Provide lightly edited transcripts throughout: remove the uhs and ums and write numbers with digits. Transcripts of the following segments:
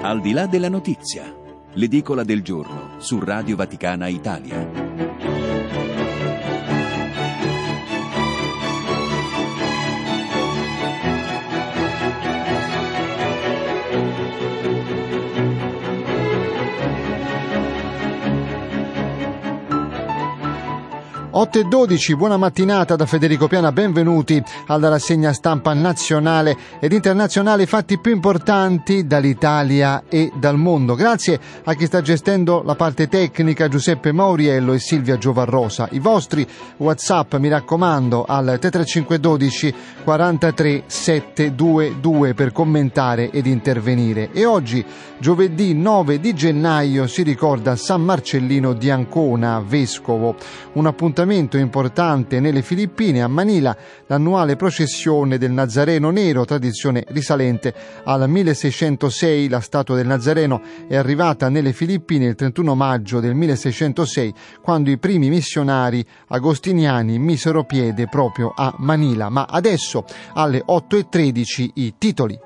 Al di là della notizia, l'edicola del giorno su Radio Vaticana Italia. Otto e 12, buona mattinata da Federico Piana, benvenuti alla rassegna stampa nazionale ed internazionale, i fatti più importanti dall'Italia e dal mondo. Grazie a chi sta gestendo la parte tecnica, Giuseppe Mauriello e Silvia Giovarrosa. I vostri WhatsApp, mi raccomando, al 3512 43 722 per commentare ed intervenire. E oggi, giovedì 9 di gennaio, si ricorda San Marcellino di Ancona, vescovo. Un appuntamento importante nelle Filippine, a Manila, l'annuale processione del Nazareno Nero, tradizione risalente al 1606. La statua del Nazareno è arrivata nelle Filippine il 31 maggio del 1606, quando i primi missionari agostiniani misero piede proprio a Manila. Ma adesso, alle 8:13, i titoli.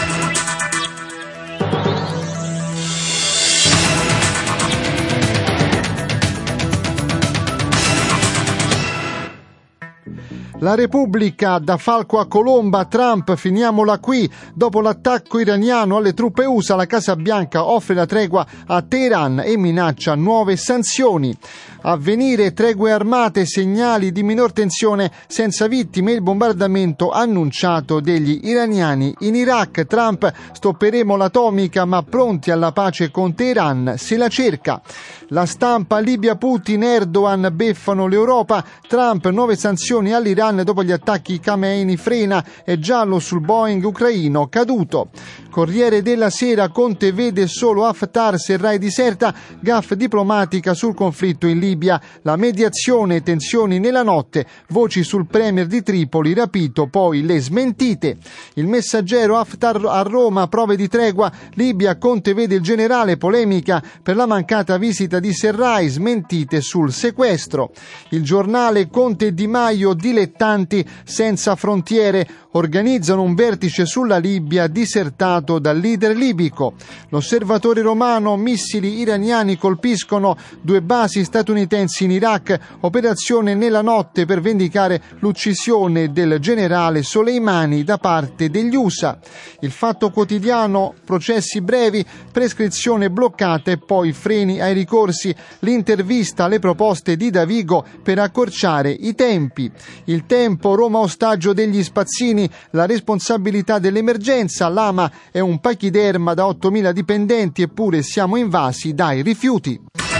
La Repubblica, da Falco a Colomba, Trump, finiamola qui. Dopo l'attacco iraniano alle truppe USA, la Casa Bianca offre la tregua a Teheran e minaccia nuove sanzioni. Avvenire, tregue armate, segnali di minor tensione senza vittime, il bombardamento annunciato degli iraniani in Iraq. Trump, stopperemo l'atomica ma pronti alla pace con Teheran, se la cerca. La Stampa, Libia, Putin, Erdogan beffano l'Europa. Trump, nuove sanzioni all'Iran dopo gli attacchi. Khamenei frena, è giallo sul Boeing ucraino caduto. Corriere della Sera, Conte vede solo Haftar, Serraj diserta, gaffe diplomatica sul conflitto in Libia, la mediazione, tensioni nella notte, voci sul premier di Tripoli rapito, poi le smentite. Il Messaggero, Haftar a Roma, prove di tregua, Libia, Conte vede il generale, polemica per la mancata visita di Serraj, smentite sul sequestro. Il Giornale, Conte e Di Maio, dilettanti senza frontiere, organizzano un vertice sulla Libia disertato dal leader libico. L'Osservatore Romano, missili iraniani colpiscono 2 basi statunitensi in Iraq, operazione nella notte per vendicare l'uccisione del generale Soleimani da parte degli USA. Il Fatto Quotidiano, processi brevi, prescrizione bloccata e poi freni ai ricorsi, l'intervista alle proposte di Davigo per accorciare i tempi. Il Tempo, Roma ostaggio degli spazzini, la responsabilità dell'emergenza, l'AMA è un pachiderma da 8.000 dipendenti eppure siamo invasi dai rifiuti.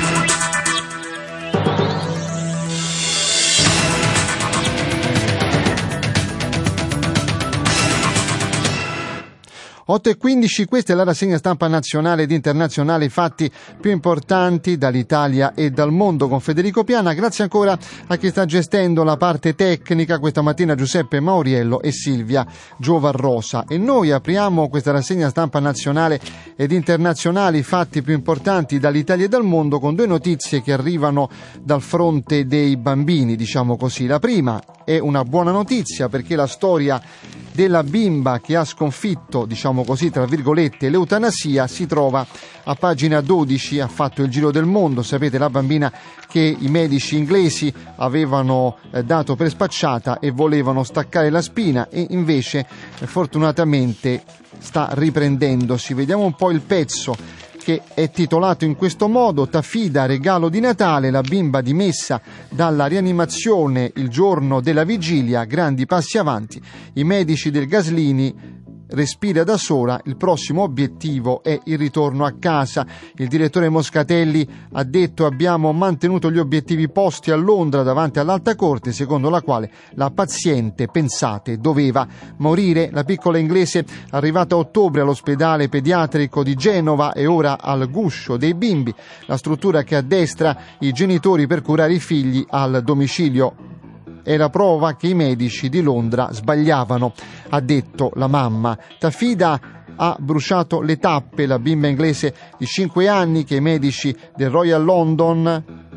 Otto e 15, questa è la rassegna stampa nazionale ed internazionale, i fatti più importanti dall'Italia e dal mondo con Federico Piana. Grazie ancora a chi sta gestendo la parte tecnica questa mattina, Giuseppe Mauriello e Silvia Giovarrosa. E noi apriamo questa rassegna stampa nazionale ed internazionale, i fatti più importanti dall'Italia e dal mondo, con 2 notizie che arrivano dal fronte dei bambini, diciamo così. La prima è una buona notizia perché la storia della bimba che ha sconfitto, diciamo così, tra virgolette, l'eutanasia si trova a pagina 12, ha fatto il giro del mondo. Sapete, la bambina che i medici inglesi avevano dato per spacciata e volevano staccare la spina e invece fortunatamente sta riprendendosi. Vediamo un po' il pezzo che è titolato in questo modo: Tafida, regalo di Natale, la bimba dimessa dalla rianimazione il giorno della vigilia, grandi passi avanti, i medici del Gaslini, respira da sola, il prossimo obiettivo è il ritorno a casa. Il direttore Moscatelli ha detto: abbiamo mantenuto gli obiettivi posti a Londra davanti all'Alta Corte, secondo la quale la paziente, pensate, doveva morire. La piccola inglese, arrivata a ottobre all'ospedale pediatrico di Genova, è ora al guscio dei bimbi, la struttura che addestra i genitori per curare i figli al domicilio. È la prova che i medici di Londra sbagliavano, ha detto la mamma. Tafida ha bruciato le tappe, la bimba inglese di 5 anni che i medici del Royal London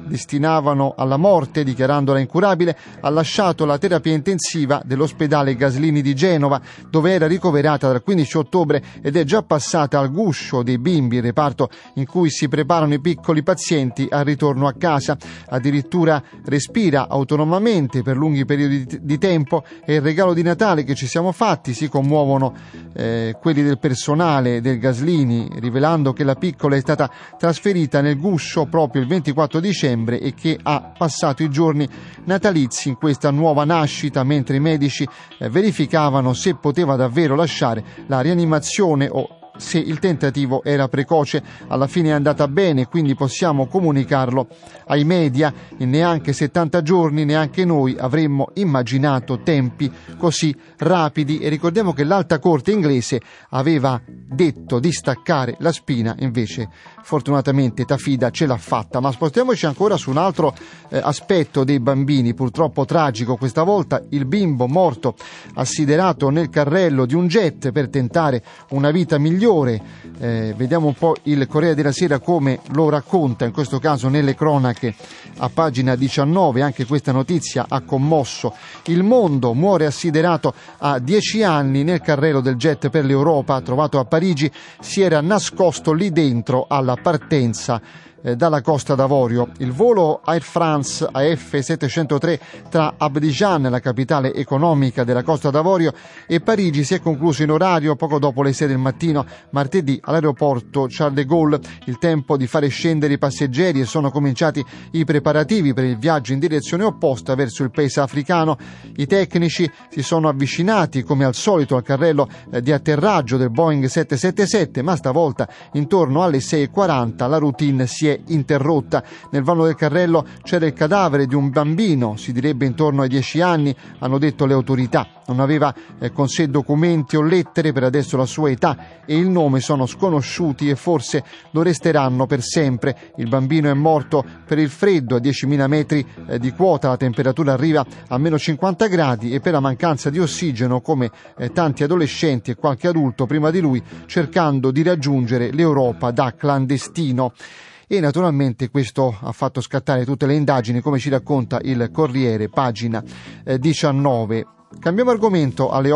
destinavano alla morte, dichiarandola incurabile, ha lasciato la terapia intensiva dell'ospedale Gaslini di Genova, dove era ricoverata dal 15 ottobre ed è già passata al guscio dei bimbi, il reparto in cui si preparano i piccoli pazienti al ritorno a casa. Addirittura respira autonomamente per lunghi periodi di tempo. E il regalo di Natale che ci siamo fatti, si commuovono quelli del personale del Gaslini, rivelando che la piccola è stata trasferita nel guscio proprio il 24 dicembre e che ha passato i giorni natalizi in questa nuova nascita, mentre i medici verificavano se poteva davvero lasciare la rianimazione o se il tentativo era precoce. Alla fine è andata bene, quindi possiamo comunicarlo ai media. In neanche 70 giorni neanche noi avremmo immaginato tempi così rapidi. E ricordiamo che l'Alta Corte inglese aveva detto di staccare la spina, invece fortunatamente Tafida ce l'ha fatta. Ma spostiamoci ancora su un altro aspetto dei bambini, purtroppo tragico questa volta: il bimbo morto assiderato nel carrello di un jet per tentare una vita migliore. Vediamo un po' il Corriere della Sera come lo racconta, in questo caso nelle cronache a pagina 19. Anche questa notizia ha commosso il mondo. Muore assiderato a 10 anni nel carrello del jet per l'Europa, trovato a Parigi. Si era nascosto lì dentro alla partenza dalla Costa d'Avorio. Il volo Air France AF703 tra Abidjan, la capitale economica della Costa d'Avorio, e Parigi si è concluso in orario poco dopo le 6 del mattino martedì all'aeroporto Charles de Gaulle. Il tempo di fare scendere i passeggeri e sono cominciati i preparativi per il viaggio in direzione opposta verso il paese africano. I tecnici si sono avvicinati come al solito al carrello di atterraggio del Boeing 777, ma stavolta intorno alle 6:40 la routine si è interrotta. Nel vano del carrello c'era il cadavere di un bambino, si direbbe intorno ai 10 anni, hanno detto le autorità. Non aveva con sé documenti o lettere, per adesso la sua età e il nome sono sconosciuti e forse lo resteranno per sempre. Il bambino è morto per il freddo. A 10.000 metri di quota la temperatura arriva a meno 50 gradi e per la mancanza di ossigeno, come tanti adolescenti e qualche adulto prima di lui, cercando di raggiungere l'Europa da clandestino. E naturalmente questo ha fatto scattare tutte le indagini, come ci racconta il Corriere, pagina 19. Cambiamo argomento alle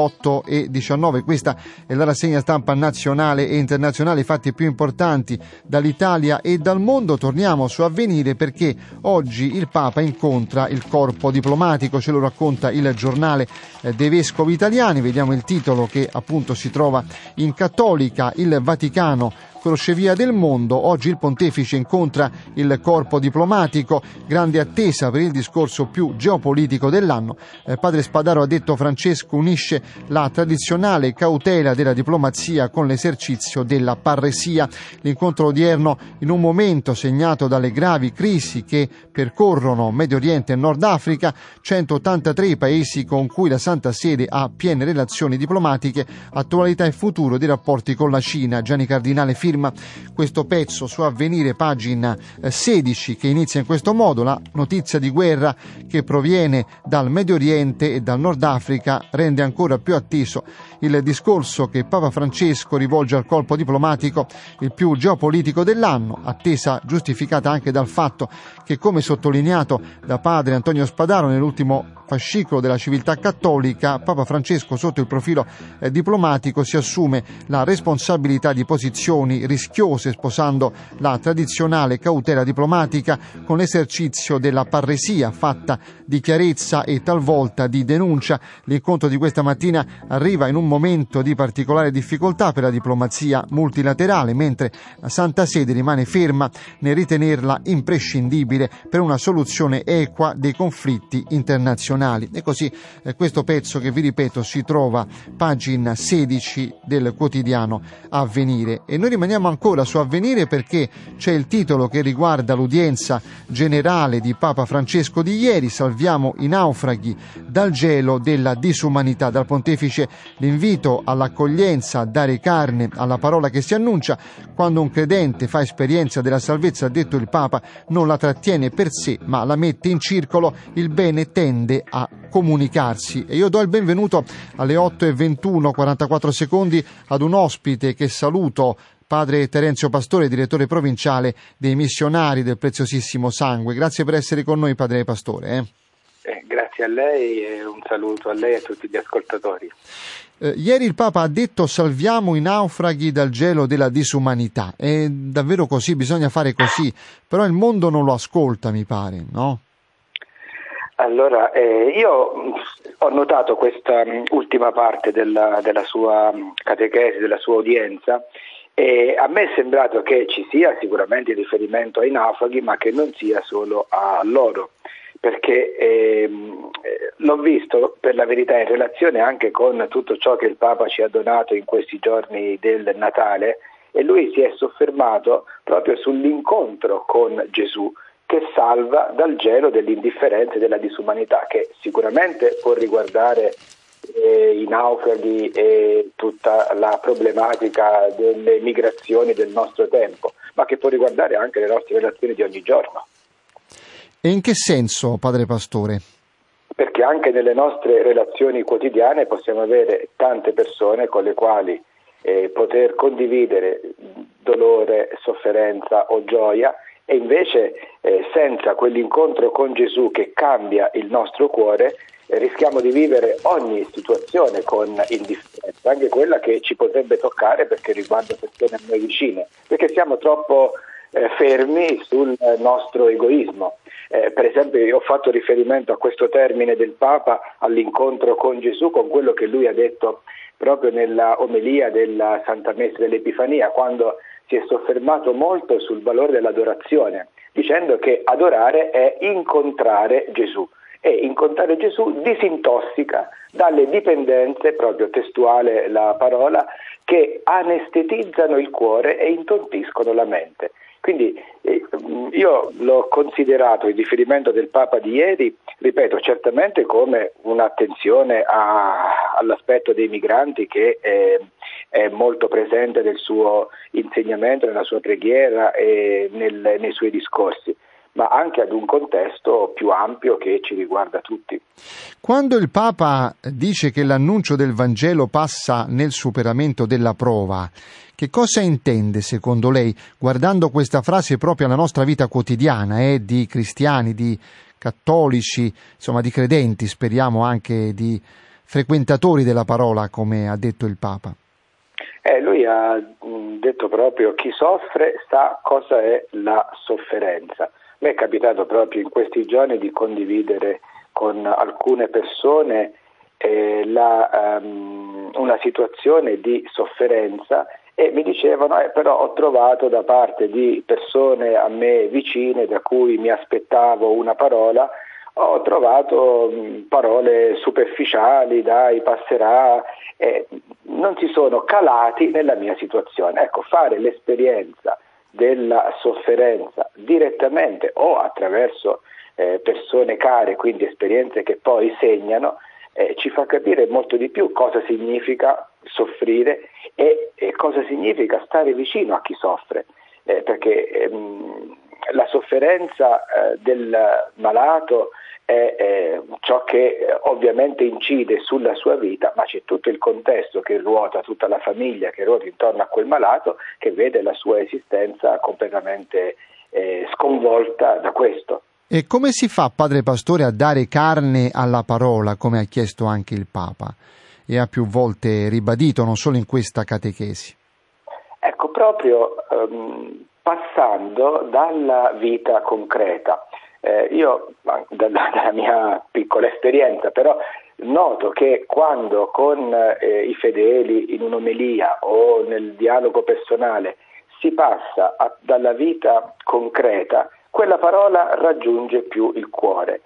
8:19. Questa è la rassegna stampa nazionale e internazionale, i fatti più importanti dall'Italia e dal mondo. Torniamo su Avvenire perché oggi il Papa incontra il corpo diplomatico, ce lo racconta il giornale dei vescovi italiani. Vediamo il titolo che appunto si trova in Cattolica: il Vaticano crocevia del mondo. Oggi il pontefice incontra il corpo diplomatico, grande attesa per il discorso più geopolitico dell'anno. Padre Spadaro ha detto: Francesco unisce la tradizionale cautela della diplomazia con l'esercizio della parresia. L'incontro odierno in un momento segnato dalle gravi crisi che percorrono Medio Oriente e Nord Africa, 183 i paesi con cui la Santa Sede ha piene relazioni diplomatiche, attualità e futuro dei rapporti con la Cina. Gianni Cardinale firma questo pezzo su Avvenire, pagina 16, che inizia in questo modo: la notizia di guerra che proviene dal Medio Oriente e dal Nord Africa rende ancora più atteso il discorso che Papa Francesco rivolge al corpo diplomatico, il più geopolitico dell'anno, attesa giustificata anche dal fatto che, come sottolineato da padre Antonio Spadaro nell'ultimo fascicolo della civiltà cattolica, Papa Francesco sotto il profilo diplomatico si assume la responsabilità di posizioni rischiose, sposando la tradizionale cautela diplomatica con l'esercizio della parresia fatta di chiarezza e talvolta di denuncia. L'incontro di questa mattina arriva in un momento di particolare difficoltà per la diplomazia multilaterale, mentre la Santa Sede rimane ferma nel ritenerla imprescindibile per una soluzione equa dei conflitti internazionali. E così questo pezzo, che vi ripeto si trova pagina 16 del quotidiano Avvenire. E noi rimaniamo ancora su Avvenire perché c'è il titolo che riguarda l'udienza generale di Papa Francesco di ieri: salviamo i naufraghi dal gelo della disumanità. Dal pontefice l'invito all'accoglienza, a dare carne alla parola che si annuncia. Quando un credente fa esperienza della salvezza, ha detto il Papa, non la trattiene per sé ma la mette in circolo. Il bene tende a comunicarsi. E io do il benvenuto alle 8:21, 44 secondi, ad un ospite che saluto padre Terenzio Pastore, direttore provinciale dei missionari del Preziosissimo Sangue. Grazie per essere con noi, padre Pastore. Grazie a lei e un saluto a lei e a tutti gli ascoltatori. Ieri il Papa ha detto: salviamo i naufraghi dal gelo della disumanità. È davvero così, bisogna fare così, però il mondo non lo ascolta, mi pare, no? Allora, io ho notato questa ultima parte della sua catechesi, della sua udienza, e a me è sembrato che ci sia sicuramente il riferimento ai naufraghi, ma che non sia solo a loro, perché l'ho visto per la verità in relazione anche con tutto ciò che il Papa ci ha donato in questi giorni del Natale, e lui si è soffermato proprio sull'incontro con Gesù, che salva dal gelo dell'indifferenza e della disumanità, che sicuramente può riguardare i naufraghi e tutta la problematica delle migrazioni del nostro tempo, ma che può riguardare anche le nostre relazioni di ogni giorno. E in che senso, padre Pastore? Perché anche nelle nostre relazioni quotidiane possiamo avere tante persone con le quali poter condividere dolore, sofferenza o gioia, e invece senza quell'incontro con Gesù che cambia il nostro cuore, rischiamo di vivere ogni situazione con indifferenza, anche quella che ci potrebbe toccare perché riguarda persone a noi vicine, perché siamo troppo fermi sul nostro egoismo. Per esempio, io ho fatto riferimento a questo termine del Papa, all'incontro con Gesù, con quello che lui ha detto proprio nella omelia della Santa Messa dell'Epifania, quando si è soffermato molto sul valore dell'adorazione, dicendo che adorare è incontrare Gesù, e incontrare Gesù disintossica dalle dipendenze, proprio testuale la parola, che anestetizzano il cuore e intontiscono la mente. Quindi io l'ho considerato, il riferimento del Papa di ieri, ripeto, certamente come un'attenzione all'aspetto dei migranti che è molto presente nel suo insegnamento, nella sua preghiera e nei suoi discorsi, ma anche ad un contesto più ampio che ci riguarda tutti. Quando il Papa dice che l'annuncio del Vangelo passa nel superamento della prova, che cosa intende secondo lei, guardando questa frase proprio alla nostra vita quotidiana, di cristiani, di cattolici, insomma di credenti, speriamo anche di frequentatori della parola, come ha detto il Papa? Lui ha detto proprio: chi soffre sa cosa è la sofferenza. Mi è capitato proprio in questi giorni di condividere con alcune persone una situazione di sofferenza, e mi dicevano però ho trovato da parte di persone a me vicine, da cui mi aspettavo una parola, ho trovato parole superficiali, dai, passerà, non si sono calati nella mia situazione. Ecco, fare l'esperienza della sofferenza direttamente o attraverso persone care, quindi esperienze che poi segnano, ci fa capire molto di più cosa significa soffrire e cosa significa stare vicino a chi soffre, perché la sofferenza del malato è ciò che ovviamente incide sulla sua vita, ma c'è tutto il contesto che ruota, tutta la famiglia che ruota intorno a quel malato, che vede la sua esistenza completamente sconvolta da questo. E come si fa, padre Pastore, a dare carne alla parola, come ha chiesto anche il Papa e ha più volte ribadito, non solo in questa catechesi? Ecco, proprio passando dalla vita concreta. Io, dalla mia piccola esperienza, però noto che quando con i fedeli in un'omelia o nel dialogo personale si passa dalla vita concreta, quella parola raggiunge più il cuore.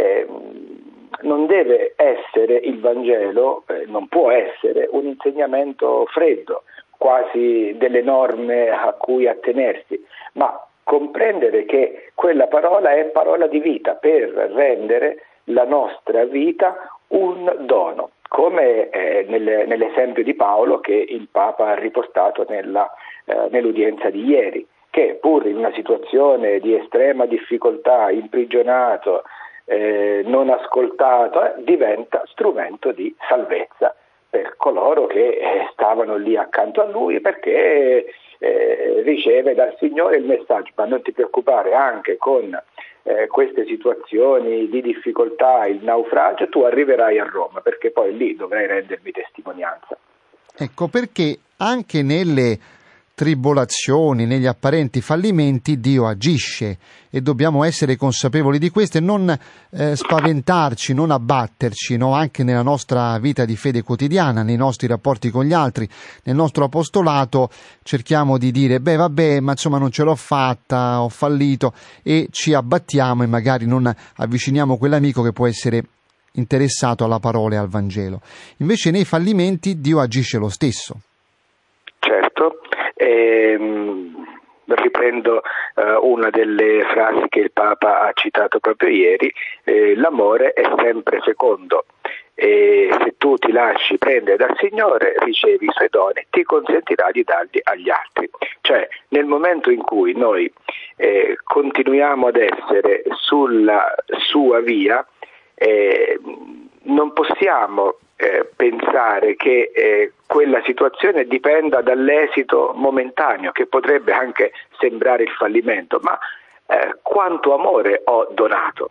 Non deve essere il Vangelo, non può essere un insegnamento freddo, quasi delle norme a cui attenersi, ma comprendere che quella parola è parola di vita per rendere la nostra vita un dono, come nell'esempio di Paolo che il Papa ha riportato nell'udienza di ieri, che pur in una situazione di estrema difficoltà, imprigionato, non ascoltato, diventa strumento di salvezza per coloro che stavano lì accanto a lui, perché riceve dal Signore il messaggio: ma non ti preoccupare, anche con queste situazioni di difficoltà, il naufragio, tu arriverai a Roma, perché poi lì dovrai rendermi testimonianza. Ecco perché anche nelle tribolazioni, negli apparenti fallimenti, Dio agisce e dobbiamo essere consapevoli di questo e non spaventarci, non abbatterci, no? Anche nella nostra vita di fede quotidiana, nei nostri rapporti con gli altri, nel nostro apostolato cerchiamo di dire vabbè, ma insomma non ce l'ho fatta, ho fallito, e ci abbattiamo e magari non avviciniamo quell'amico che può essere interessato alla parola e al Vangelo. Invece nei fallimenti Dio agisce lo stesso. Certo. Riprendo una delle frasi che il Papa ha citato proprio ieri: l'amore è sempre fecondo, e se tu ti lasci prendere dal Signore ricevi i suoi doni, ti consentirà di darli agli altri. Cioè, nel momento in cui noi continuiamo ad essere sulla sua via, non possiamo pensare che quella situazione dipenda dall'esito momentaneo, che potrebbe anche sembrare il fallimento, ma quanto amore ho donato.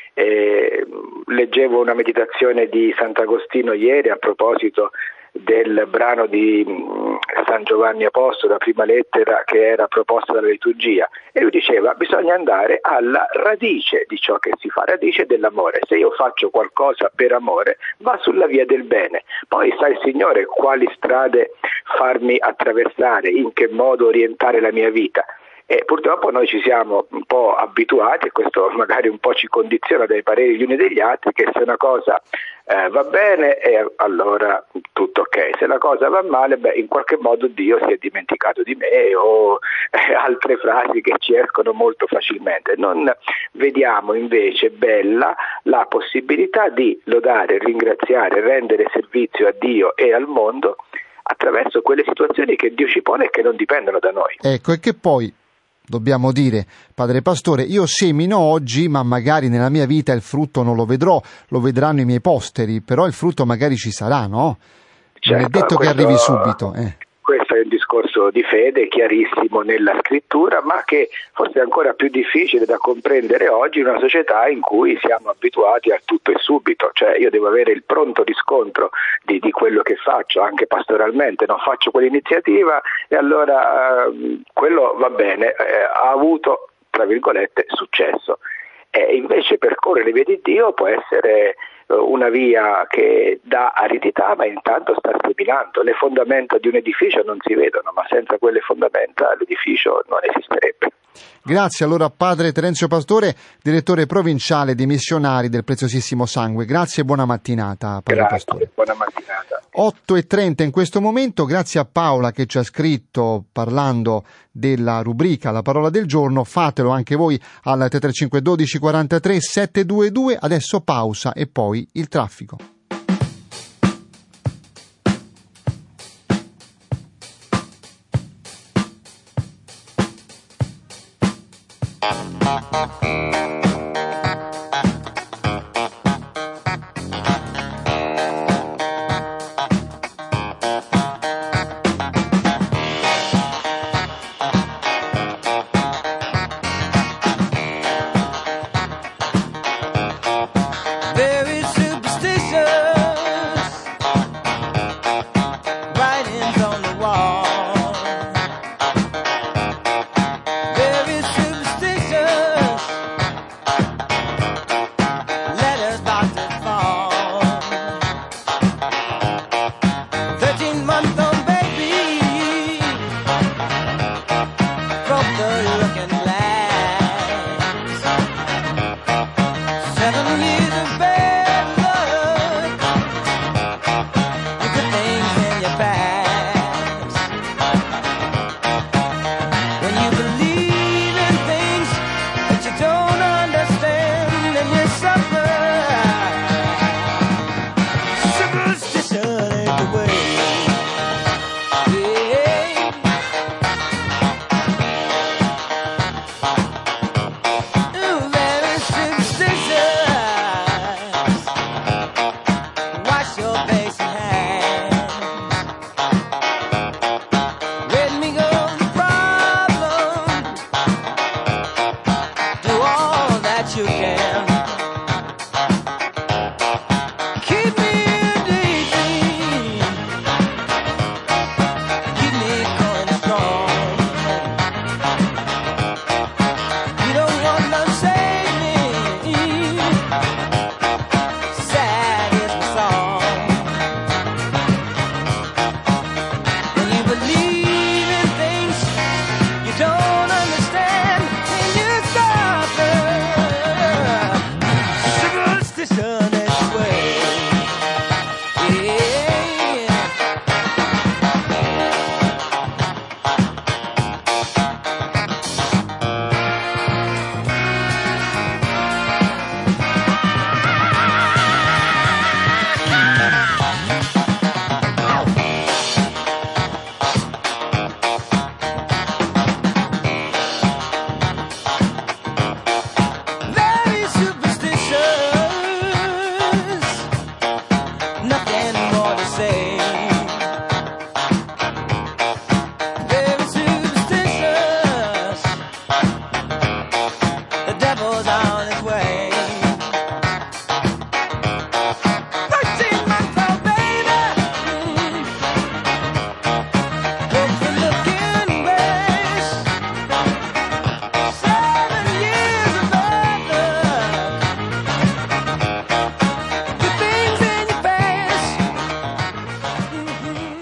Leggevo una meditazione di Sant'Agostino ieri a proposito del brano di San Giovanni Apostolo, la prima lettera che era proposta dalla liturgia, e lui diceva: bisogna andare alla radice di ciò che si fa, radice dell'amore. Se io faccio qualcosa per amore, va sulla via del bene, poi sa il Signore quali strade farmi attraversare, in che modo orientare la mia vita. E purtroppo noi ci siamo un po' abituati, e questo magari un po' ci condiziona dai pareri gli uni degli altri, che se una cosa va bene, allora tutto ok; se la cosa va male, in qualche modo Dio si è dimenticato di me, o altre frasi che ci escono molto facilmente. Non vediamo invece bella la possibilità di lodare, ringraziare, rendere servizio a Dio e al mondo attraverso quelle situazioni che Dio ci pone e che non dipendono da noi. Ecco, e che poi dobbiamo dire, padre pastore, io semino oggi, ma magari nella mia vita il frutto non lo vedrò, lo vedranno i miei posteri, però il frutto magari ci sarà, no? Certo, non è detto che arrivi subito. Questo è un discorso di fede chiarissimo nella scrittura, ma che forse è ancora più difficile da comprendere oggi in una società in cui siamo abituati al tutto e subito. Cioè, io devo avere il pronto riscontro di quello che faccio, anche pastoralmente. Non faccio quell'iniziativa e allora quello va bene, ha avuto, tra virgolette, successo. Invece percorrere le vie di Dio può essere una via che dà aridità, ma intanto sta seminando. Le fondamenta di un edificio non si vedono, ma senza quelle fondamenta l'edificio non esisterebbe. Grazie allora padre Terenzio Pastore, direttore provinciale dei missionari del Preziosissimo Sangue. Grazie e buona mattinata, padre Pastore. Buona mattinata. 8:30 in questo momento, grazie a Paola che ci ha scritto parlando della rubrica La parola del giorno. Fatelo anche voi al 335 12 43 722. Adesso pausa e poi il traffico.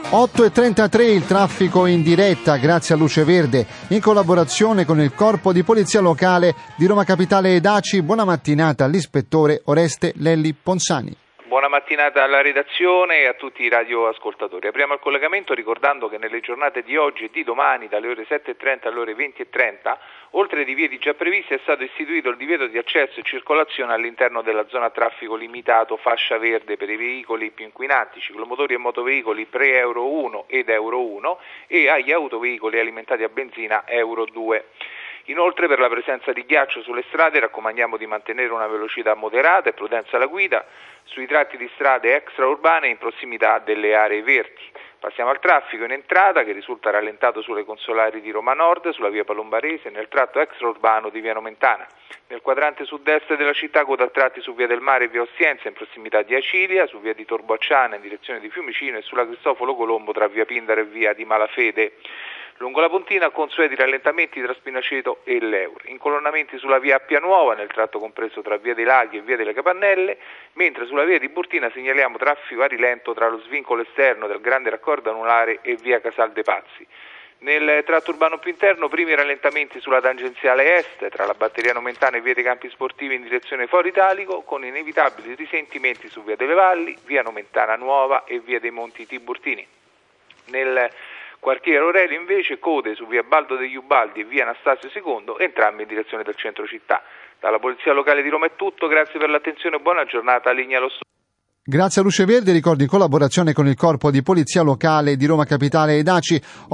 8.33 il traffico in diretta grazie a Luce Verde in collaborazione con il Corpo di Polizia Locale di Roma Capitale ed ACI. Buona mattinata all'ispettore Oreste Lelli Ponsani. Buona mattinata alla redazione e a tutti i radioascoltatori. Apriamo il collegamento ricordando che nelle giornate di oggi e di domani, dalle ore 7.30 alle ore 20.30, oltre ai divieti già previsti, è stato istituito il divieto di accesso e circolazione all'interno della zona a traffico limitato fascia verde per i veicoli più inquinanti, ciclomotori e motoveicoli pre-Euro 1 ed Euro 1 e agli autoveicoli alimentati a benzina Euro 2. Inoltre, per la presenza di ghiaccio sulle strade raccomandiamo di mantenere una velocità moderata e prudenza alla guida sui tratti di strade extraurbane in prossimità delle aree verdi. Passiamo al traffico in entrata, che risulta rallentato sulle consolari di Roma Nord, sulla via Palombarese e nel tratto extraurbano di via Nomentana. Nel quadrante sud-est della città coda a tratti su via del Mare e via Ostiense in prossimità di Acilia, su via di Torboacciana in direzione di Fiumicino e sulla Cristoforo Colombo tra via Pindaro e via di Malafede. Lungo la Pontina consueti rallentamenti tra Spinaceto e l'Eur, incolonnamenti sulla via Appia Nuova nel tratto compreso tra via dei Laghi e via delle Capannelle, mentre sulla via di Burtina segnaliamo traffico a rilento tra lo svincolo esterno del grande raccordo anulare e via Casal dei Pazzi. Nel tratto urbano più interno primi rallentamenti sulla tangenziale est tra la batteria Nomentana e via dei Campi Sportivi in direzione Foro Italico, con inevitabili risentimenti su via delle Valli, via Nomentana Nuova e via dei Monti Tiburtini. Nel quartiere Aurelio invece code su via Baldo degli Ubaldi e via Anastasio II, entrambi in direzione del centro città. Dalla Polizia Locale di Roma è tutto, grazie per l'attenzione e buona giornata. Linea Lo Studio. Grazie a Luce Verde, ricordo in collaborazione con il Corpo di Polizia Locale di Roma Capitale ed ACI.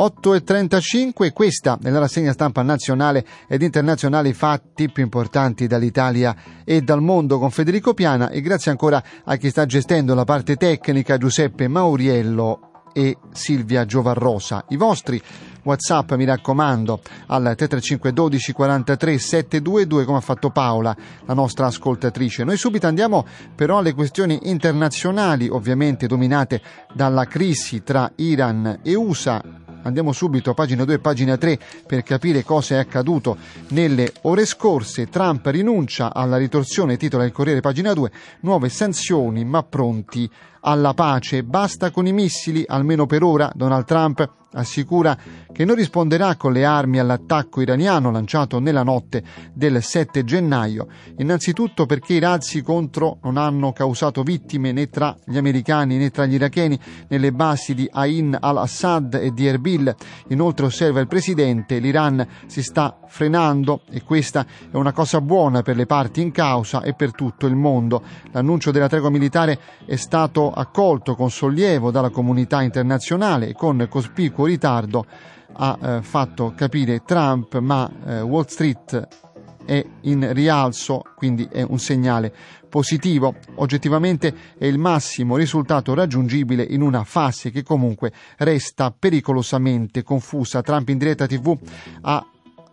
8.35, questa è la rassegna stampa nazionale ed internazionale, i fatti più importanti dall'Italia e dal mondo con Federico Piana, e grazie ancora a chi sta gestendo la parte tecnica, Giuseppe Mauriello e Silvia Giovarrosa. I vostri WhatsApp, mi raccomando, al 335 12 43 722, come ha fatto Paola, la nostra ascoltatrice. Noi subito andiamo però alle questioni internazionali, ovviamente dominate dalla crisi tra Iran e USA. Andiamo subito a pagina 2 e pagina 3 per capire cosa è accaduto nelle ore scorse. Trump rinuncia alla ritorsione, titola il Corriere, pagina 2, nuove sanzioni ma pronti alla pace, basta con i missili, almeno per ora. Donald Trump assicura che non risponderà con le armi all'attacco iraniano lanciato nella notte del 7 gennaio, innanzitutto perché i razzi contro non hanno causato vittime né tra gli americani né tra gli iracheni nelle basi di Ain al-Assad e di Erbil. Inoltre, osserva il presidente, l'Iran si sta frenando e questa è una cosa buona per le parti in causa e per tutto il mondo. L'annuncio della tregua militare è stato accolto con sollievo dalla comunità internazionale e con cospicuo ritardo, ha fatto capire Trump, ma Wall Street è in rialzo, quindi è un segnale positivo. Oggettivamente è il massimo risultato raggiungibile in una fase che comunque resta pericolosamente confusa. Trump in diretta TV ha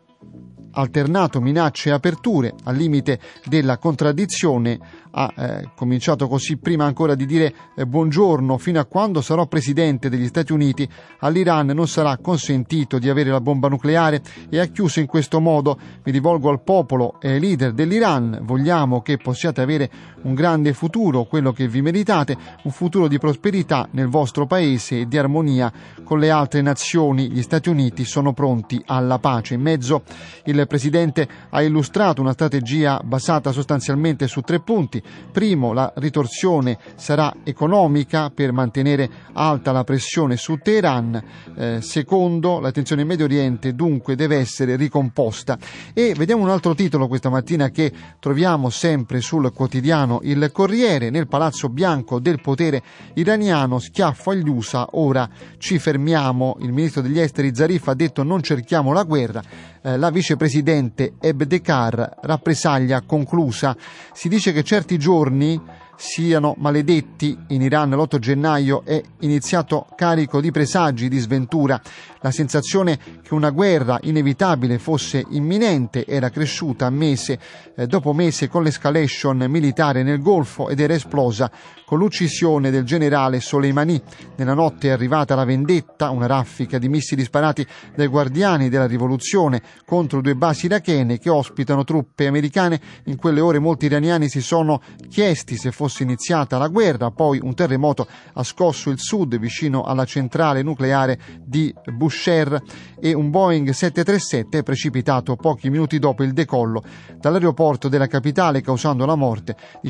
alternato minacce e aperture al limite della contraddizione. Ha cominciato così: prima ancora di dire buongiorno, fino a quando sarò presidente degli Stati Uniti all'Iran non sarà consentito di avere la bomba nucleare, e ha chiuso in questo modo: mi rivolgo al popolo e ai leader dell'Iran, vogliamo che possiate avere un grande futuro, quello che vi meritate, un futuro di prosperità nel vostro paese e di armonia con le altre nazioni. Gli Stati Uniti sono pronti alla pace. In mezzo il presidente ha illustrato una strategia basata sostanzialmente su 3 punti. Primo, la ritorsione sarà economica per mantenere alta la pressione su Teheran. Secondo, la tensione in Medio Oriente dunque deve essere ricomposta. E vediamo un altro titolo questa mattina che troviamo sempre sul quotidiano Il Corriere. Nel Palazzo Bianco del potere iraniano, schiaffo agli USA, ora ci fermiamo. Il ministro degli esteri Zarif ha detto: non cerchiamo la guerra. La vicepresidente Ebtekar, rappresaglia conclusa. Si dice che certi giorni siano maledetti. In Iran l'8 gennaio è iniziato carico di presagi di sventura. La sensazione che una guerra inevitabile fosse imminente era cresciuta mese dopo mese con l'escalation militare nel Golfo ed era esplosa con l'uccisione del generale Soleimani. Nella notte è arrivata la vendetta, una raffica di missili sparati dai guardiani della rivoluzione contro 2 basi irachene che ospitano truppe americane. In quelle ore molti iraniani si sono chiesti se fosse iniziata la guerra. Poi un terremoto ha scosso il sud vicino alla centrale nucleare di Bushehr e un Boeing 737 è precipitato pochi minuti dopo il decollo dall'aeroporto della capitale, causando la morte di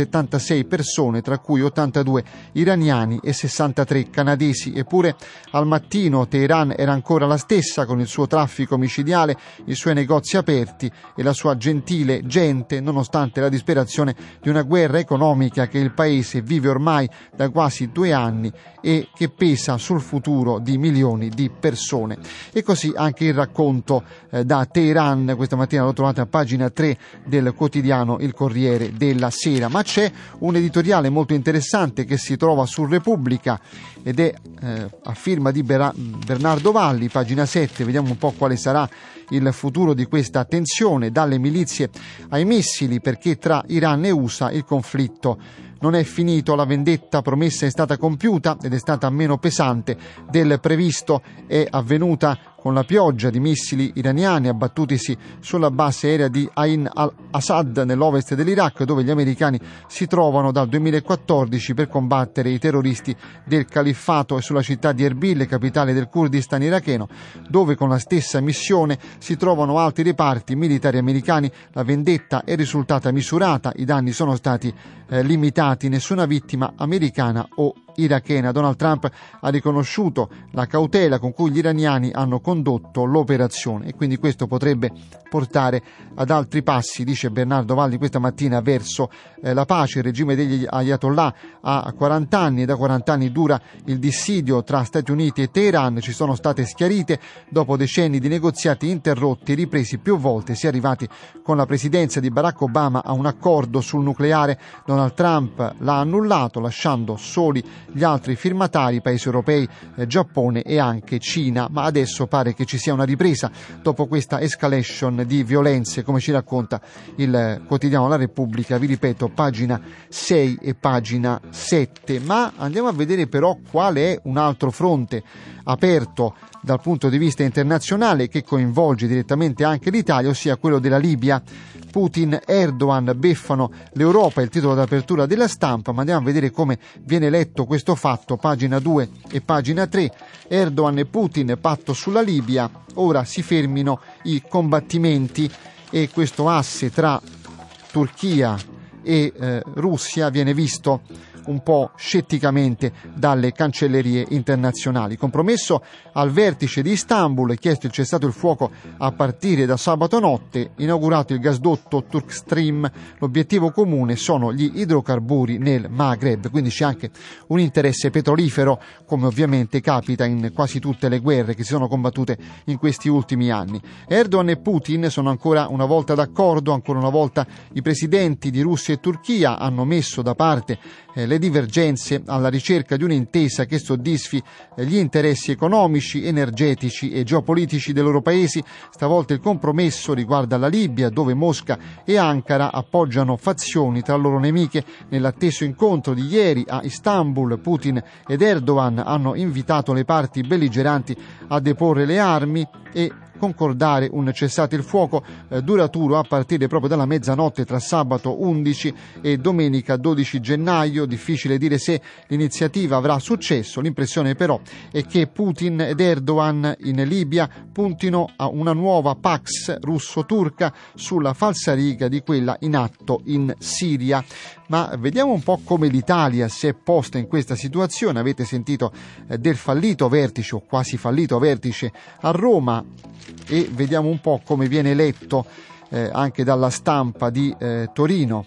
176 persone, tra cui 82 iraniani e 63 canadesi. Eppure al mattino Teheran era ancora la stessa, con il suo traffico micidiale, i suoi negozi aperti e la sua gentile gente, nonostante la disperazione di una guerra economica che il paese vive ormai da quasi 2 anni e che pesa sul futuro di milioni di persone. E così anche il racconto da Teheran questa mattina l'ho trovato a pagina 3 del quotidiano Il Corriere della Sera. Ma c'è un editoriale molto interessante che si trova su Repubblica ed è a firma di Bernardo Valli, pagina 7. Vediamo un po' quale sarà il futuro di questa tensione, dalle milizie ai missili, perché tra Iran e USA il conflitto non è finito. La vendetta promessa è stata compiuta ed è stata meno pesante del previsto. È avvenuta con la pioggia di missili iraniani abbattutisi sulla base aerea di Ain al-Assad nell'ovest dell'Iraq, dove gli americani si trovano dal 2014 per combattere i terroristi del califfato, e sulla città di Erbil, capitale del Kurdistan iracheno, dove con la stessa missione si trovano altri reparti militari americani. La vendetta è risultata misurata, i danni sono stati limitati, nessuna vittima americana o irachena. Donald Trump ha riconosciuto la cautela con cui gli iraniani hanno condotto l'operazione e quindi questo potrebbe portare ad altri passi, dice Bernardo Valli questa mattina, verso la pace. Il regime degli Ayatollah ha 40 anni e da 40 anni dura il dissidio tra Stati Uniti e Teheran. Ci sono state schiarite dopo decenni di negoziati interrotti e ripresi più volte. Si è arrivati con la presidenza di Barack Obama a un accordo sul nucleare. Donald Trump l'ha annullato, lasciando soli gli altri firmatari, paesi europei, Giappone e anche Cina. Ma adesso pare che ci sia una ripresa dopo questa escalation di violenze, come ci racconta il quotidiano La Repubblica, vi ripeto, pagina 6 e pagina 7. Ma andiamo a vedere però quale è un altro fronte aperto dal punto di vista internazionale che coinvolge direttamente anche l'Italia, ossia quello della Libia. Putin e Erdogan beffano l'Europa, è il titolo d'apertura della Stampa, ma andiamo a vedere come viene letto questo fatto, pagina 2 e pagina 3. Erdogan e Putin, patto sulla Libia, ora si fermino i combattimenti, e questo asse tra Turchia e Russia viene visto un po' scetticamente dalle cancellerie internazionali. Compromesso al vertice di Istanbul, è chiesto il cessato il fuoco a partire da sabato notte, inaugurato il gasdotto Turk Stream. L'obiettivo comune sono gli idrocarburi nel Maghreb, quindi c'è anche un interesse petrolifero, come ovviamente capita in quasi tutte le guerre che si sono combattute in questi ultimi anni. Erdogan e Putin sono ancora una volta d'accordo, ancora una volta i presidenti di Russia e Turchia hanno messo da parte le divergenze alla ricerca di un'intesa che soddisfi gli interessi economici, energetici e geopolitici dei loro paesi. Stavolta il compromesso riguarda la Libia, dove Mosca e Ankara appoggiano fazioni tra loro nemiche. Nell'atteso incontro di ieri a Istanbul, Putin ed Erdogan hanno invitato le parti belligeranti a deporre le armi e concordare un cessate il fuoco duraturo a partire proprio dalla mezzanotte tra sabato 11 e domenica 12 gennaio. Difficile dire se l'iniziativa avrà successo. L'impressione però è che Putin ed Erdogan in Libia puntino a una nuova Pax russo-turca sulla falsariga di quella in atto in Siria. Ma vediamo un po' come l'Italia si è posta in questa situazione. Avete sentito del fallito vertice o quasi fallito vertice a Roma, e vediamo un po' come viene letto anche dalla Stampa di Torino.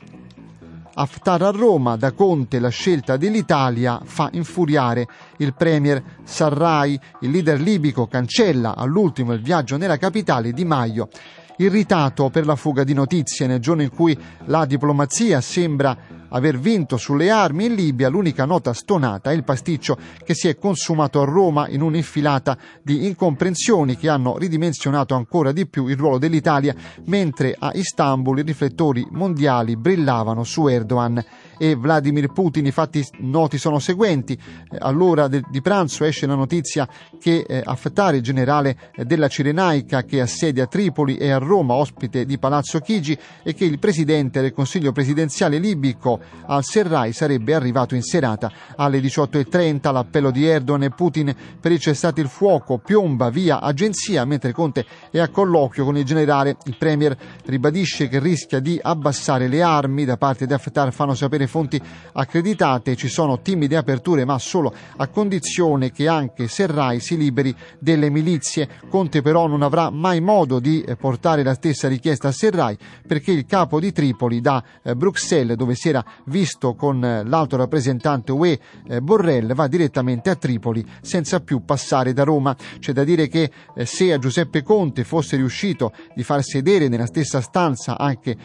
Haftar a Roma, da Conte la scelta dell'Italia fa infuriare il premier Sarraj. Il leader libico cancella all'ultimo il viaggio nella capitale. Di Maio irritato per la fuga di notizie nel giorno in cui la diplomazia sembra aver vinto sulle armi in Libia. L'unica nota stonata è il pasticcio che si è consumato a Roma in un'infilata di incomprensioni che hanno ridimensionato ancora di più il ruolo dell'Italia, mentre a Istanbul i riflettori mondiali brillavano su Erdogan e Vladimir Putin. I fatti noti sono seguenti. All'ora di pranzo esce la notizia che Haftar, il generale della Cirenaica che assedia Tripoli, è a Roma ospite di Palazzo Chigi, e che il presidente del Consiglio presidenziale libico al Serraj sarebbe arrivato in serata alle 18:30. L'appello di Erdogan e Putin per il cessate il fuoco piomba via agenzia, mentre Conte è a colloquio con il generale. Il premier ribadisce che rischia di abbassare le armi. Da parte di Haftar fanno sapere fonti accreditate: ci sono timide aperture, ma solo a condizione che anche Serraj si liberi delle milizie. Conte però non avrà mai modo di portare la stessa richiesta a Serraj, perché il capo di Tripoli da Bruxelles, dove si era visto con l'alto rappresentante UE Borrell, va direttamente a Tripoli senza più passare da Roma. C'è da dire che se a Giuseppe Conte fosse riuscito di far sedere nella stessa stanza, anche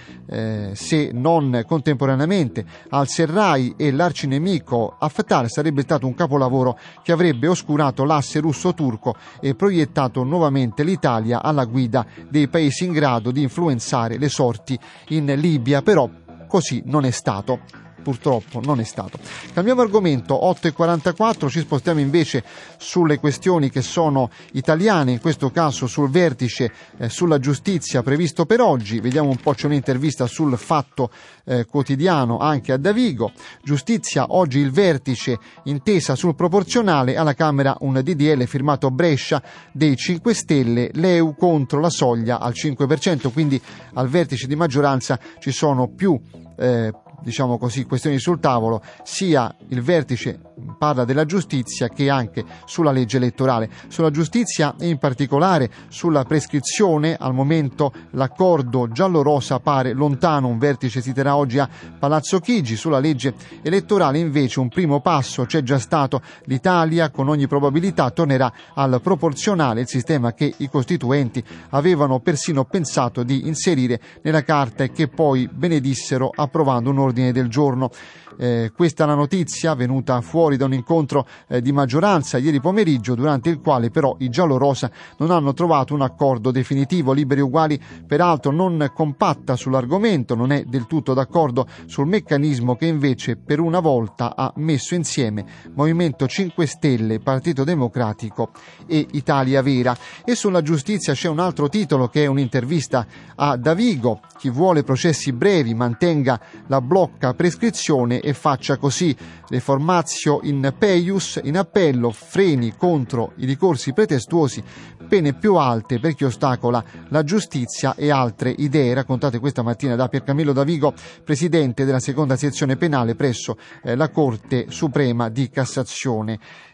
se non contemporaneamente, al Serraj e l'arcinemico Haftar, sarebbe stato un capolavoro che avrebbe oscurato l'asse russo-turco e proiettato nuovamente l'Italia alla guida dei paesi in grado di influenzare le sorti in Libia. Però così non è stato. Purtroppo non è stato. Cambiamo argomento, 8:44, ci spostiamo invece sulle questioni che sono italiane, in questo caso sul vertice sulla giustizia previsto per oggi. Vediamo un po', c'è un'intervista sul Fatto Quotidiano anche a Davigo. Giustizia, oggi il vertice, intesa sul proporzionale, alla Camera un DDL firmato Brescia dei 5 Stelle, l'EU contro la soglia al 5%, quindi al vertice di maggioranza ci sono più diciamo così, questioni sul tavolo. Sia il vertice parla della giustizia che anche sulla legge elettorale. Sulla giustizia e in particolare sulla prescrizione, al momento l'accordo giallo-rosa pare lontano, un vertice si terrà oggi a Palazzo Chigi. Sulla legge elettorale invece un primo passo c'è già stato: l'Italia con ogni probabilità tornerà al proporzionale, il sistema che i costituenti avevano persino pensato di inserire nella carta e che poi benedissero approvando un ordine del giorno. Questa è la notizia venuta fuori da un incontro di maggioranza ieri pomeriggio, durante il quale però i giallorosa non hanno trovato un accordo definitivo. Liberi e Uguali peraltro non compatta sull'argomento, non è del tutto d'accordo sul meccanismo che invece per una volta ha messo insieme Movimento 5 Stelle, Partito Democratico e Italia Vera. E sulla giustizia c'è un altro titolo che è un'intervista a Davigo: chi vuole processi brevi mantenga la blocca prescrizione e faccia così. Reformatio in peius, in appello, freni contro i ricorsi pretestuosi, pene più alte per chi ostacola la giustizia e altre idee raccontate questa mattina da Piercamillo Davigo, presidente della seconda sezione penale presso la Corte Suprema di Cassazione.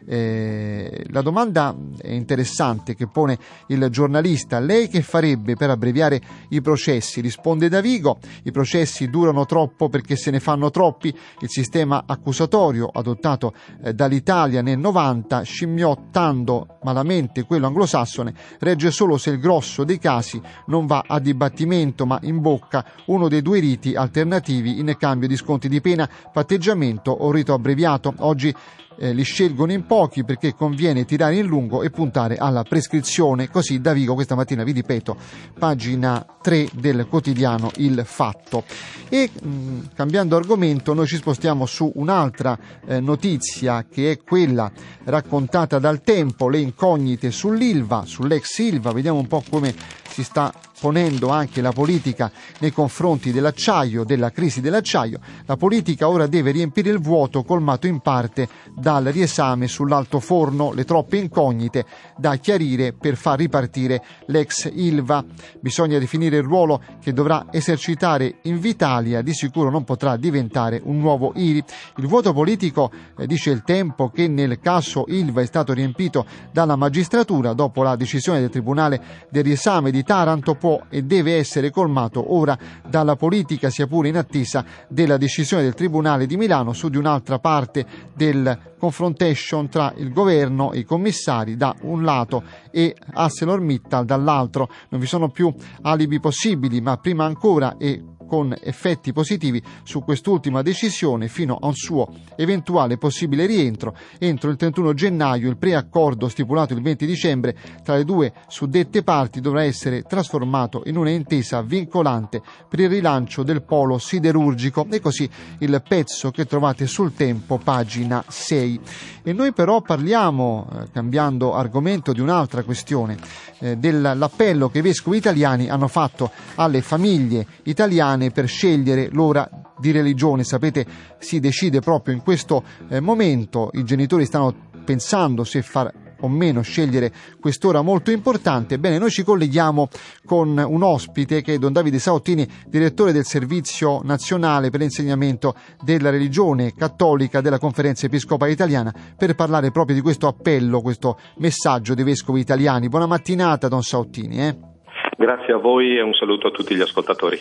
La domanda è interessante che pone il giornalista: lei che farebbe per abbreviare i processi? Risponde Davigo: i processi durano troppo perché se ne fanno troppi. Il sistema accusatorio adottato dall'Italia nel 90, scimmiottando malamente quello anglosassone, regge solo se il grosso dei casi non va a dibattimento ma imbocca uno dei due riti alternativi in cambio di sconti di pena, patteggiamento o rito abbreviato. Oggi li scelgono in pochi perché conviene tirare in lungo e puntare alla prescrizione. Così Davigo questa mattina, vi ripeto, pagina 3 del quotidiano Il Fatto. E cambiando argomento, noi ci spostiamo su un'altra notizia, che è quella raccontata dal Tempo, le incognite sull'Ilva, sull'ex Ilva. Vediamo un po' come si sta ponendo anche la politica nei confronti dell'acciaio, della crisi dell'acciaio. La politica ora deve riempire il vuoto colmato in parte dal riesame sull'altoforno, le troppe incognite da chiarire per far ripartire l'ex Ilva. Bisogna definire il ruolo che dovrà esercitare Invitalia, di sicuro non potrà diventare un nuovo IRI. Il vuoto politico, dice il Tempo, che nel caso Ilva è stato riempito dalla magistratura dopo la decisione del Tribunale del riesame di Taranto, può e deve essere colmato ora dalla politica, sia pure in attesa della decisione del Tribunale di Milano su di un'altra parte del confrontation tra il governo e i commissari da un lato e ArcelorMittal dall'altro. Non vi sono più alibi possibili, ma prima ancora e con effetti positivi su quest'ultima decisione fino a un suo eventuale possibile rientro. Entro il 31 gennaio il preaccordo stipulato il 20 dicembre tra le due suddette parti dovrà essere trasformato in una intesa vincolante per il rilancio del polo siderurgico. E così il pezzo che trovate sul Tempo, pagina 6. E noi però parliamo, cambiando argomento, di un'altra questione, dell'appello che i vescovi italiani hanno fatto alle famiglie italiane italiane per scegliere l'ora di religione. Sapete, si decide proprio in questo momento, i genitori stanno pensando se far o meno scegliere quest'ora molto importante. Bene, noi ci colleghiamo con un ospite che è Don Davide Saottini, direttore del Servizio Nazionale per l'insegnamento della religione cattolica della Conferenza Episcopale Italiana, per parlare proprio di questo appello, questo messaggio dei vescovi italiani. Buona mattinata, Don Saottini. Grazie a voi e un saluto a tutti gli ascoltatori.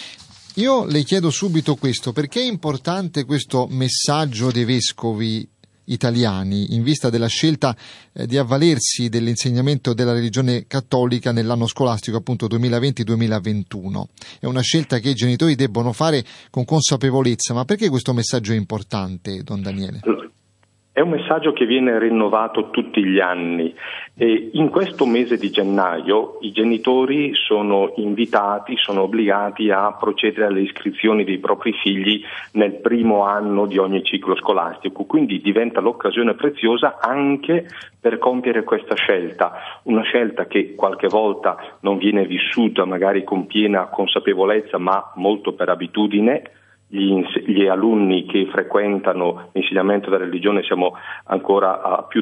Io le chiedo subito questo: perché è importante questo messaggio dei vescovi italiani in vista della scelta di avvalersi dell'insegnamento della religione cattolica nell'anno scolastico appunto 2020-2021? È una scelta che i genitori debbono fare con consapevolezza, ma perché questo messaggio è importante, Don Daniele? È un messaggio che viene rinnovato tutti gli anni e in questo mese di gennaio i genitori sono invitati, sono obbligati a procedere alle iscrizioni dei propri figli nel primo anno di ogni ciclo scolastico, quindi diventa l'occasione preziosa anche per compiere questa scelta, una scelta che qualche volta non viene vissuta magari con piena consapevolezza ma molto per abitudine. Gli alunni che frequentano l'insegnamento della religione siamo ancora a più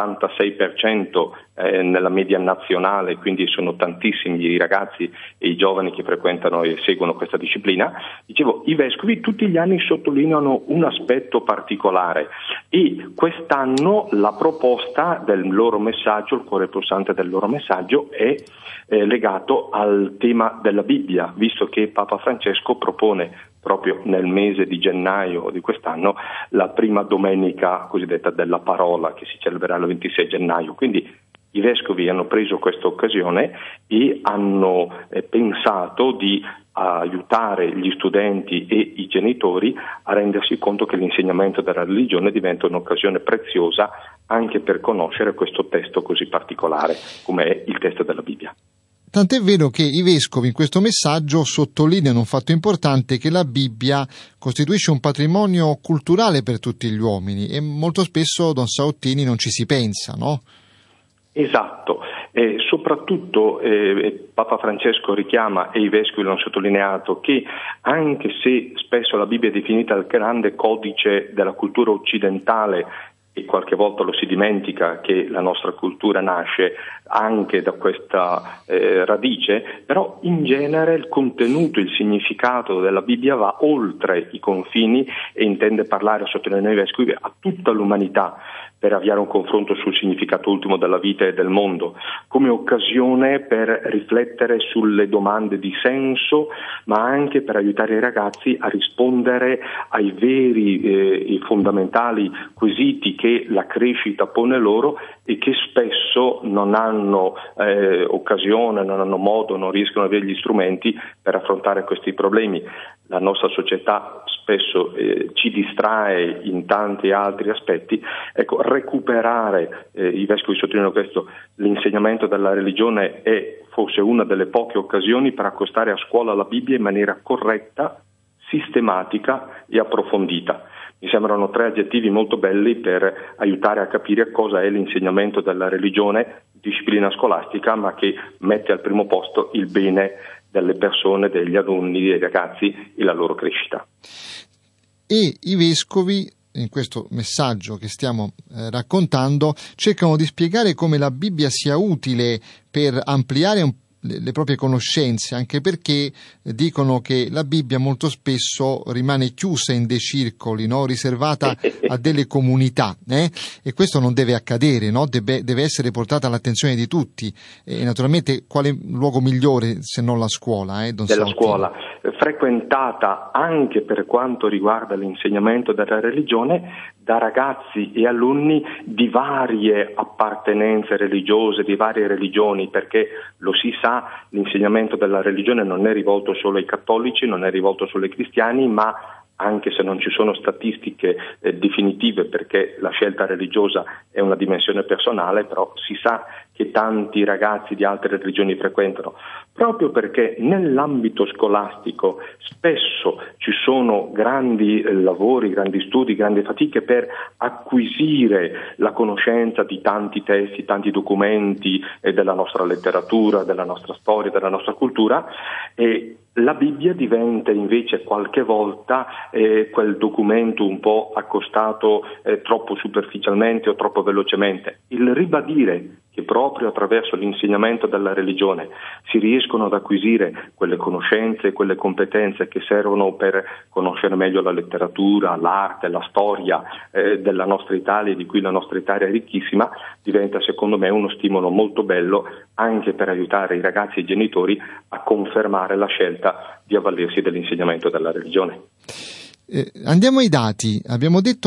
dell'86% nella media nazionale, quindi sono tantissimi i ragazzi e i giovani che frequentano e seguono questa disciplina. Dicevo, i vescovi tutti gli anni sottolineano un aspetto particolare e quest'anno la proposta del loro messaggio, il cuore pulsante del loro messaggio è legato al tema della Bibbia, visto che Papa Francesco propone proprio nel mese di gennaio di quest'anno la prima domenica cosiddetta della parola, che si celebrerà il 26 gennaio. Quindi i vescovi hanno preso questa occasione e hanno pensato di aiutare gli studenti e i genitori a rendersi conto che l'insegnamento della religione diventa un'occasione preziosa anche per conoscere questo testo così particolare come è il testo della Bibbia. Tant'è vero che i vescovi in questo messaggio sottolineano un fatto importante, che la Bibbia costituisce un patrimonio culturale per tutti gli uomini e molto spesso, Don Saottini, non ci si pensa, no? Esatto, soprattutto Papa Francesco richiama, e i vescovi l'hanno sottolineato, che anche se spesso la Bibbia è definita il grande codice della cultura occidentale, e qualche volta lo si dimentica che la nostra cultura nasce anche da questa radice, però in genere il contenuto, il significato della Bibbia va oltre i confini e intende parlare, sottolineare i vescovi, a tutta l'umanità, per avviare un confronto sul significato ultimo della vita e del mondo, come occasione per riflettere sulle domande di senso, ma anche per aiutare i ragazzi a rispondere ai veri e fondamentali quesiti che la crescita pone loro e che spesso non hanno occasione, non hanno modo, non riescono ad avere gli strumenti per affrontare questi problemi. La nostra società spesso ci distrae in tanti altri aspetti. Ecco, recuperare, i vescovi sottolineano questo, l'insegnamento della religione è forse una delle poche occasioni per accostare a scuola la Bibbia in maniera corretta, sistematica e approfondita. Mi sembrano 3 aggettivi molto belli per aiutare a capire cosa è l'insegnamento della religione, disciplina scolastica, ma che mette al primo posto il bene delle persone, degli alunni, dei ragazzi e la loro crescita. E i vescovi, in questo messaggio che stiamo raccontando, cercano di spiegare come la Bibbia sia utile per ampliare le proprie conoscenze, anche perché dicono che la Bibbia molto spesso rimane chiusa in dei circoli, no? Riservata a delle comunità, e questo non deve accadere, no? Deve essere portata all'attenzione di tutti, e naturalmente quale luogo migliore se non la scuola, Don della Saottini? Scuola, frequentata anche per quanto riguarda l'insegnamento della religione da ragazzi e alunni di varie appartenenze religiose, di varie religioni, perché lo si sa, l'insegnamento della religione non è rivolto solo ai cattolici, non è rivolto solo ai cristiani, ma anche se non ci sono statistiche definitive, perché la scelta religiosa è una dimensione personale, però si sa che tanti ragazzi di altre religioni frequentano, proprio perché nell'ambito scolastico spesso ci sono grandi lavori, grandi studi, grandi fatiche per acquisire la conoscenza di tanti testi, tanti documenti della nostra letteratura, della nostra storia, della nostra cultura, e La Bibbia diventa invece qualche volta quel documento un po' accostato troppo superficialmente o troppo velocemente. Il ribadire che proprio attraverso l'insegnamento della religione si riescono ad acquisire quelle conoscenze, quelle competenze che servono per conoscere meglio la letteratura, l'arte, la storia della nostra Italia, di cui la nostra Italia è ricchissima, diventa secondo me uno stimolo molto bello anche per aiutare i ragazzi e i genitori a confermare la scelta di avvalersi dell'insegnamento della religione. Andiamo ai dati. Abbiamo detto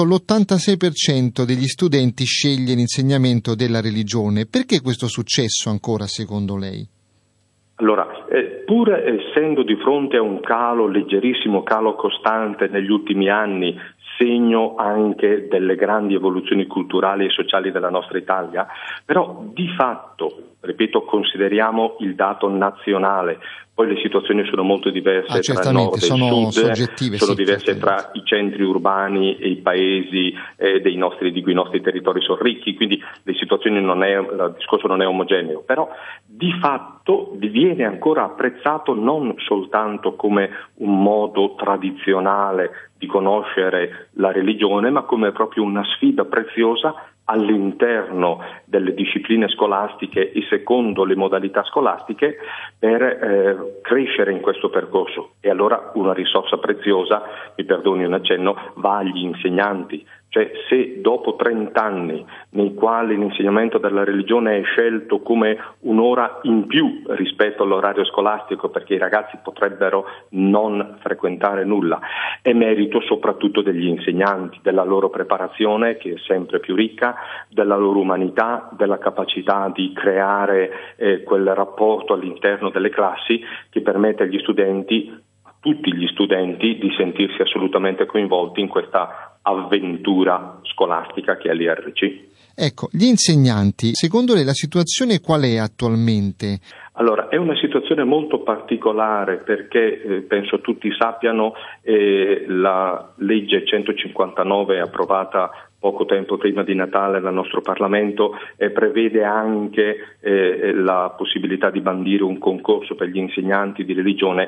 l'86% degli studenti sceglie l'insegnamento della religione. Perché questo successo ancora, secondo lei? Allora, pur essendo di fronte a un calo, leggerissimo calo costante negli ultimi anni, segno anche delle grandi evoluzioni culturali e sociali della nostra Italia, però di fatto, ripeto, consideriamo il dato nazionale, poi le situazioni sono molto diverse tra il nord e il sud, sono diverse tra i centri urbani e i paesi di cui i nostri territori sono ricchi, quindi le situazioni il discorso non è omogeneo, però di fatto viene ancora apprezzato non soltanto come un modo tradizionale di conoscere la religione, ma come proprio una sfida preziosa all'interno delle discipline scolastiche e secondo le modalità scolastiche per crescere in questo percorso. E allora una risorsa preziosa, mi perdoni un accenno, va agli insegnanti. Cioè, se dopo 30 anni nei quali l'insegnamento della religione è scelto come un'ora in più rispetto all'orario scolastico perché i ragazzi potrebbero non frequentare nulla, è merito soprattutto degli insegnanti, della loro preparazione che è sempre più ricca, della loro umanità, della capacità di creare quel rapporto all'interno delle classi che permette agli studenti, a tutti gli studenti, di sentirsi assolutamente coinvolti in questa avventura scolastica che è l'IRC. Ecco, gli insegnanti, secondo lei la situazione qual è attualmente? Allora, è una situazione molto particolare perché penso tutti sappiano la legge 159 approvata poco tempo prima di Natale dal nostro Parlamento prevede anche la possibilità di bandire un concorso per gli insegnanti di religione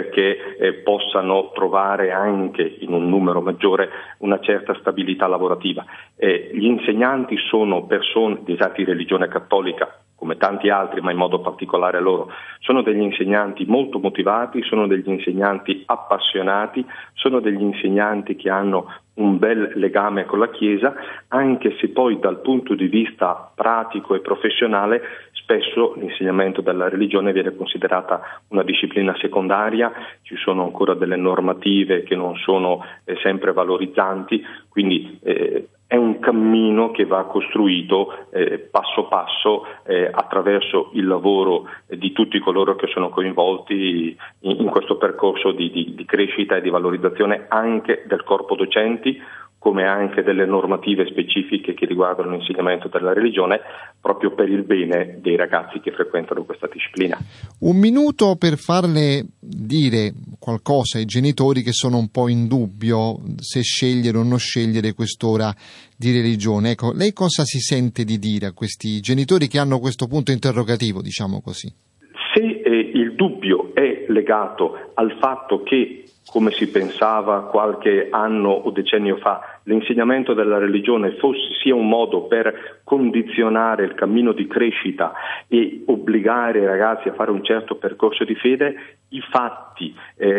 perché possano trovare anche in un numero maggiore una certa stabilità lavorativa. Gli insegnanti sono persone di religione cattolica, come tanti altri, ma in modo particolare loro, sono degli insegnanti molto motivati, sono degli insegnanti appassionati, sono degli insegnanti che hanno un bel legame con la Chiesa, anche se poi dal punto di vista pratico e professionale spesso l'insegnamento della religione viene considerata una disciplina secondaria, ci sono ancora delle normative che non sono sempre valorizzanti, quindi è un cammino che va costruito passo passo attraverso il lavoro di tutti coloro che sono coinvolti in questo percorso di crescita e di valorizzazione anche del corpo docenti, come anche delle normative specifiche che riguardano l'insegnamento della religione, proprio per il bene dei ragazzi che frequentano questa disciplina. Un minuto per farle dire qualcosa ai genitori che sono un po' in dubbio se scegliere o non scegliere quest'ora di religione. Ecco, lei cosa si sente di dire a questi genitori che hanno questo punto interrogativo, diciamo così? Se il dubbio è legato al fatto che, come si pensava qualche anno o decennio fa, l'insegnamento della religione sia un modo per condizionare il cammino di crescita e obbligare i ragazzi a fare un certo percorso di fede, i fatti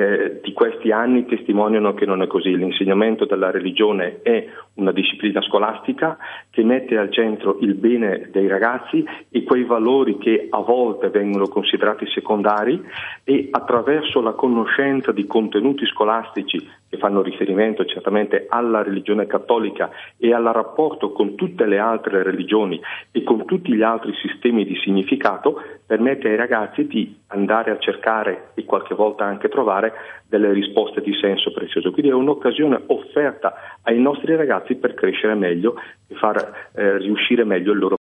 di questi anni testimoniano che non è così. L'insegnamento della religione è una disciplina scolastica che mette al centro il bene dei ragazzi e quei valori che a volte vengono considerati secondari, e attraverso la conoscenza di contenuti scolastici che fanno riferimento certamente alla religione cattolica e al rapporto con tutte le altre religioni e con tutti gli altri sistemi di significato, permette ai ragazzi di andare a cercare e qualche volta anche trovare delle risposte di senso prezioso. Quindi è un'occasione offerta ai nostri ragazzi per crescere meglio e far riuscire meglio il loro